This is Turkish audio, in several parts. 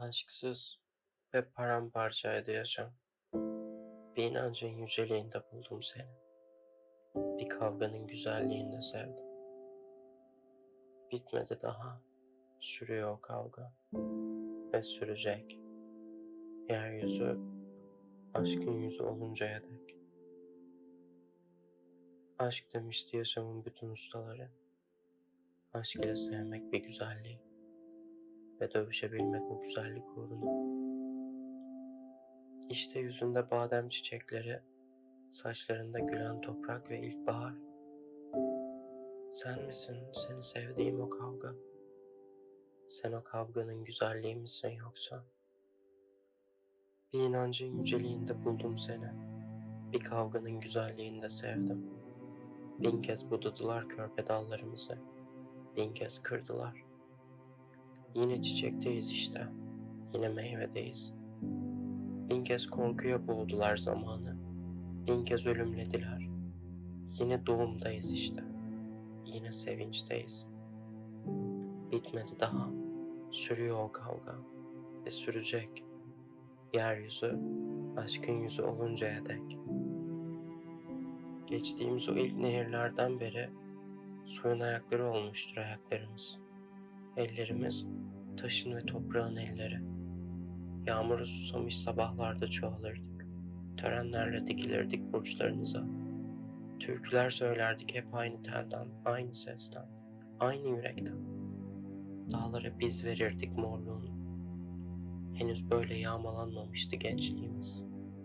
Aşksız ve paramparçaydı yaşam. Bir inancın yüceliğinde buldum seni. Bir kavganın güzelliğinde sevdim. Bitmedi daha. Sürüyor o kavga ve sürecek. Yeryüzü aşkın yüzü oluncaya dek. Aşk demişti yaşamın bütün ustaları. Aşk ile sevmek bir güzelliği ve dövüşebilmek o güzellik uğruna. İşte yüzünde badem çiçekleri, saçlarında gülen toprak ve ilkbahar. Sen misin, seni sevdiğim o kavga? Sen o kavganın güzelliği misin yoksa? Bir inancın yüceliğinde buldum seni. Bir kavganın güzelliğinde sevdim. Bin kez budadılar körpe dallarımızı. Bin kez kırdılar. Yine çiçekteyiz işte. Yine meyvedeyiz. Bin kez korkuya boğdular zamanı. Bin kez ölümlediler. Yine doğumdayız işte. Yine sevinçteyiz. Bitmedi daha. Sürüyor o kavga ve sürecek. Yeryüzü aşkın yüzü oluncaya dek. Geçtiğimiz o ilk nehirlerden beri suyun ayakları olmuştur ayaklarımız. Ellerimiz taşın ve toprağın elleri. Yağmuru susamış sabahlarda çoğalırdık. Törenlerle dikilirdik burçlarımıza. Türküler söylerdik hep aynı telden, aynı sesten, aynı yürekten. Dağlara biz verirdik morluğunu. Henüz böyle yağmalanmamıştı gençliğimiz.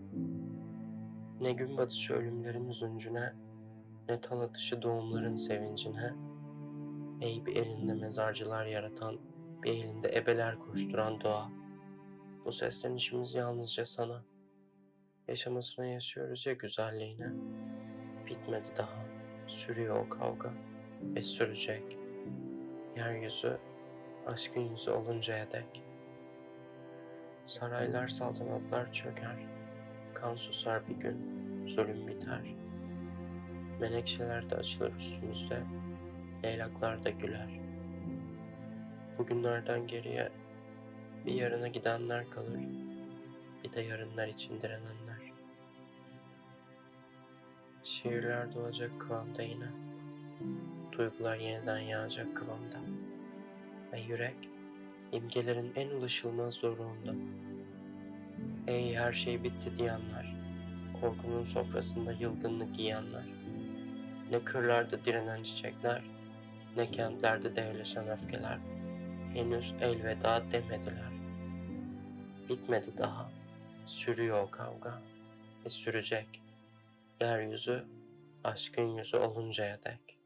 Ne gün batışı ölümlerin üzüncüne, ne tan atışı doğumların sevincine, ey bir elinde mezarcılar yaratan, bir elinde ebeler koşturan doğa. Bu seslenişimiz yalnızca sana. Yaşamasına yaşıyoruz ya güzelliğine. Bitmedi daha. Sürüyor o kavga ve sürecek. Yeryüzü aşkın yüzü oluncaya dek. Saraylar, saltanatlar çöker. Kan susar bir gün, zulüm biter. Menekşeler de açılır üstümüzde, leylaklar da güler. Bugünlerden geriye bir yarına gidenler kalır, bir de yarınlar için direnenler. Şiirler doğacak kıvamda yine, duygular yeniden yağacak kıvamda. Ve yürek, imgelerin en ulaşılmaz doruğunda. Ey her şey bitti diyenler, korkunun sofrasında yılgınlık yiyenler. Ne kırlarda direnen çiçekler, ne kentlerde devleşen öfkeler. Henüz elveda demediler. Bitmedi daha, sürüyor o kavga ve sürecek. Yeryüzü aşkın yüzü oluncaya dek.